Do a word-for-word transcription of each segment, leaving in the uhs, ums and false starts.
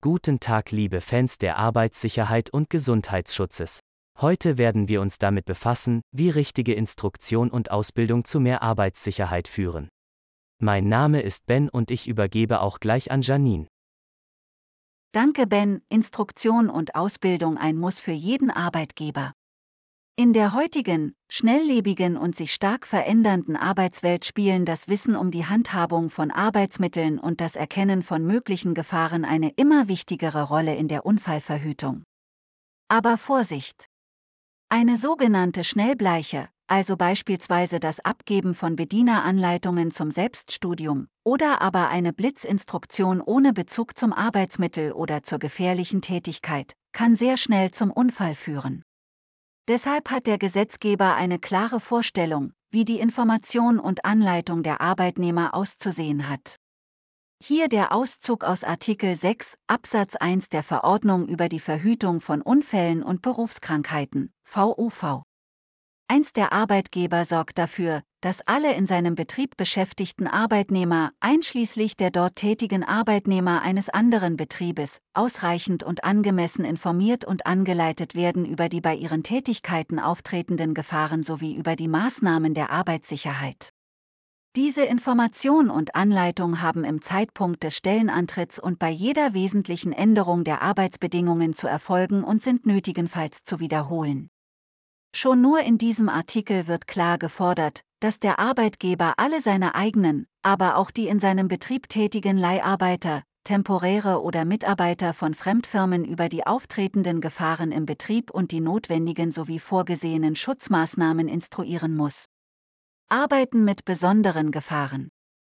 Guten Tag, liebe Fans der Arbeitssicherheit und Gesundheitsschutzes. Heute werden wir uns damit befassen, wie richtige Instruktion und Ausbildung zu mehr Arbeitssicherheit führen. Mein Name ist Ben und ich übergebe auch gleich an Janine. Danke Ben, Instruktion und Ausbildung ein Muss für jeden Arbeitgeber. In der heutigen, schnelllebigen und sich stark verändernden Arbeitswelt spielen das Wissen um die Handhabung von Arbeitsmitteln und das Erkennen von möglichen Gefahren eine immer wichtigere Rolle in der Unfallverhütung. Aber Vorsicht! Eine sogenannte Schnellbleiche, also beispielsweise das Abgeben von Bedieneranleitungen zum Selbststudium, oder aber eine Blitzinstruktion ohne Bezug zum Arbeitsmittel oder zur gefährlichen Tätigkeit, kann sehr schnell zum Unfall führen. Deshalb hat der Gesetzgeber eine klare Vorstellung, wie die Information und Anleitung der Arbeitnehmer auszusehen hat. Hier der Auszug aus Artikel sechs Absatz eins der Verordnung über die Verhütung von Unfällen und Berufskrankheiten, V U V. eins Der Arbeitgeber sorgt dafür, dass alle in seinem Betrieb beschäftigten Arbeitnehmer, einschließlich der dort tätigen Arbeitnehmer eines anderen Betriebes, ausreichend und angemessen informiert und angeleitet werden über die bei ihren Tätigkeiten auftretenden Gefahren sowie über die Maßnahmen der Arbeitssicherheit. Diese Information und Anleitung haben im Zeitpunkt des Stellenantritts und bei jeder wesentlichen Änderung der Arbeitsbedingungen zu erfolgen und sind nötigenfalls zu wiederholen. Schon nur in diesem Artikel wird klar gefordert, dass der Arbeitgeber alle seine eigenen, aber auch die in seinem Betrieb tätigen Leiharbeiter, temporäre oder Mitarbeiter von Fremdfirmen über die auftretenden Gefahren im Betrieb und die notwendigen sowie vorgesehenen Schutzmaßnahmen instruieren muss. Arbeiten mit besonderen Gefahren.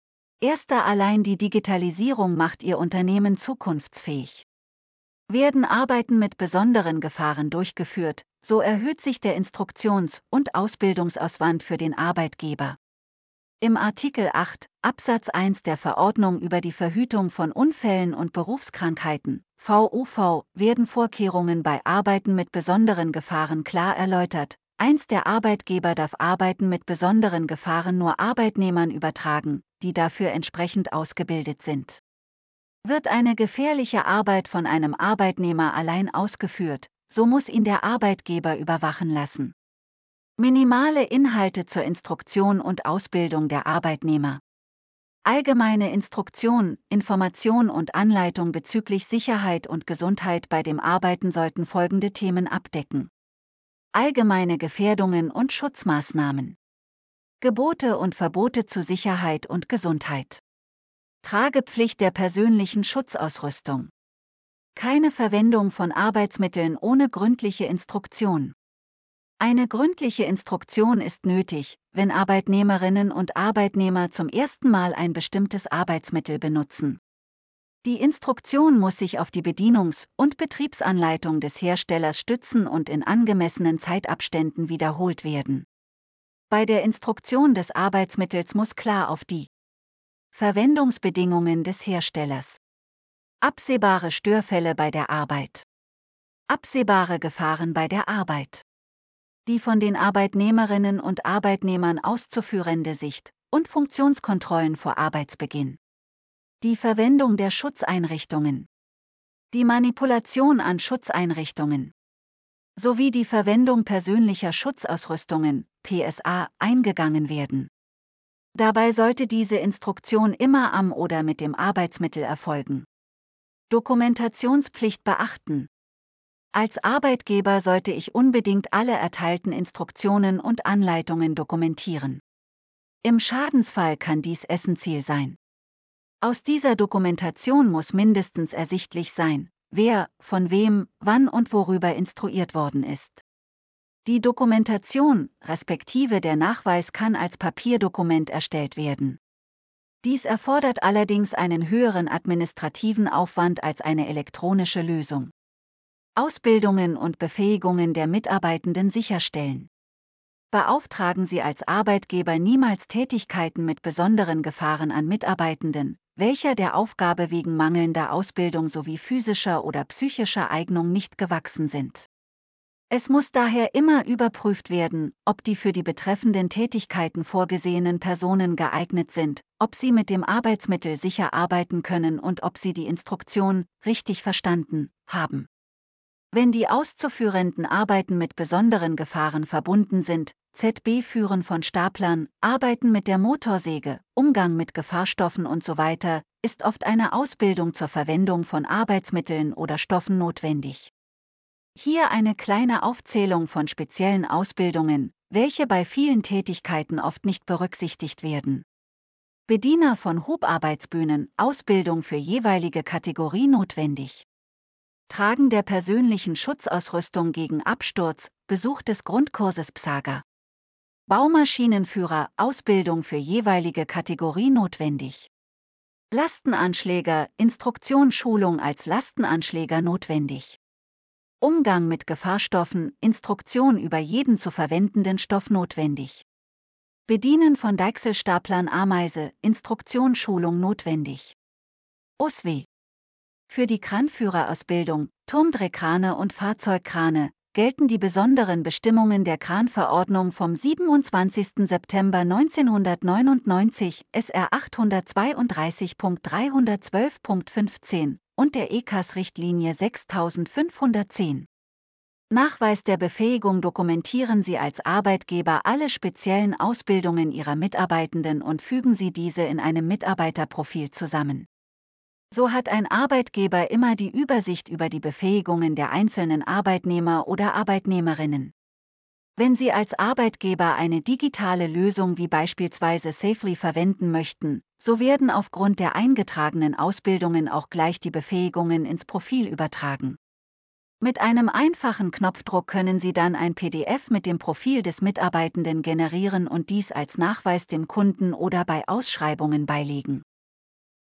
Erster allein die Digitalisierung macht Ihr Unternehmen zukunftsfähig. Werden Arbeiten mit besonderen Gefahren durchgeführt, so erhöht sich der Instruktions- und Ausbildungsaufwand für den Arbeitgeber. Im Artikel acht Absatz eins der Verordnung über die Verhütung von Unfällen und Berufskrankheiten, V U V, werden Vorkehrungen bei Arbeiten mit besonderen Gefahren klar erläutert. eins Der Arbeitgeber darf Arbeiten mit besonderen Gefahren nur Arbeitnehmern übertragen, die dafür entsprechend ausgebildet sind. Wird eine gefährliche Arbeit von einem Arbeitnehmer allein ausgeführt, so muss ihn der Arbeitgeber überwachen lassen. Minimale Inhalte zur Instruktion und Ausbildung der Arbeitnehmer. Allgemeine Instruktion, Information und Anleitung bezüglich Sicherheit und Gesundheit bei dem Arbeiten sollten folgende Themen abdecken: Allgemeine Gefährdungen und Schutzmaßnahmen. Gebote und Verbote zu Sicherheit und Gesundheit. Tragepflicht der persönlichen Schutzausrüstung. Keine Verwendung von Arbeitsmitteln ohne gründliche Instruktion. Eine gründliche Instruktion ist nötig, wenn Arbeitnehmerinnen und Arbeitnehmer zum ersten Mal ein bestimmtes Arbeitsmittel benutzen. Die Instruktion muss sich auf die Bedienungs- und Betriebsanleitung des Herstellers stützen und in angemessenen Zeitabständen wiederholt werden. Bei der Instruktion des Arbeitsmittels muss klar auf die Verwendungsbedingungen des Herstellers, absehbare Störfälle bei der Arbeit, absehbare Gefahren bei der Arbeit, die von den Arbeitnehmerinnen und Arbeitnehmern auszuführende Sicht- und Funktionskontrollen vor Arbeitsbeginn, die Verwendung der Schutzeinrichtungen, die Manipulation an Schutzeinrichtungen sowie die Verwendung persönlicher Schutzausrüstungen, P S A, eingegangen werden. Dabei sollte diese Instruktion immer am oder mit dem Arbeitsmittel erfolgen. Dokumentationspflicht beachten. Als Arbeitgeber sollte ich unbedingt alle erteilten Instruktionen und Anleitungen dokumentieren. Im Schadensfall kann dies essentiell sein. Aus dieser Dokumentation muss mindestens ersichtlich sein, wer, von wem, wann und worüber instruiert worden ist. Die Dokumentation, respektive der Nachweis, kann als Papierdokument erstellt werden. Dies erfordert allerdings einen höheren administrativen Aufwand als eine elektronische Lösung. Ausbildungen und Befähigungen der Mitarbeitenden sicherstellen. Beauftragen Sie als Arbeitgeber niemals Tätigkeiten mit besonderen Gefahren an Mitarbeitenden, welcher der Aufgabe wegen mangelnder Ausbildung sowie physischer oder psychischer Eignung nicht gewachsen sind. Es muss daher immer überprüft werden, ob die für die betreffenden Tätigkeiten vorgesehenen Personen geeignet sind, ob sie mit dem Arbeitsmittel sicher arbeiten können und ob sie die Instruktion richtig verstanden haben. Wenn die auszuführenden Arbeiten mit besonderen Gefahren verbunden sind, Z B Führen von Staplern, Arbeiten mit der Motorsäge, Umgang mit Gefahrstoffen usw., ist oft eine Ausbildung zur Verwendung von Arbeitsmitteln oder Stoffen notwendig. Hier eine kleine Aufzählung von speziellen Ausbildungen, welche bei vielen Tätigkeiten oft nicht berücksichtigt werden. Bediener von Hubarbeitsbühnen, Ausbildung für jeweilige Kategorie notwendig. Tragen der persönlichen Schutzausrüstung gegen Absturz, Besuch des Grundkurses P S A G A. Baumaschinenführer, Ausbildung für jeweilige Kategorie notwendig. Lastenanschläger, Instruktion Schulung als Lastenanschläger notwendig. Umgang mit Gefahrstoffen, Instruktion über jeden zu verwendenden Stoff notwendig. Bedienen von Deichselstaplern Ameise, Instruktion Schulung notwendig. U S W. Für die Kranführerausbildung, Turmdrehkrane und Fahrzeugkrane, gelten die besonderen Bestimmungen der Kranverordnung vom siebenundzwanzigsten September neunzehnhundertneunundneunzig, S R achthundertzweiunddreißig Punkt dreihundertzwölf Punkt fünfzehn, und der E K S-Richtlinie sechstausendfünfhundertzehn. Nachweis der Befähigung: Dokumentieren Sie als Arbeitgeber alle speziellen Ausbildungen Ihrer Mitarbeitenden und fügen Sie diese in einem Mitarbeiterprofil zusammen. So hat ein Arbeitgeber immer die Übersicht über die Befähigungen der einzelnen Arbeitnehmer oder Arbeitnehmerinnen. Wenn Sie als Arbeitgeber eine digitale Lösung wie beispielsweise Safely verwenden möchten, so werden aufgrund der eingetragenen Ausbildungen auch gleich die Befähigungen ins Profil übertragen. Mit einem einfachen Knopfdruck können Sie dann ein P D F mit dem Profil des Mitarbeitenden generieren und dies als Nachweis dem Kunden oder bei Ausschreibungen beilegen.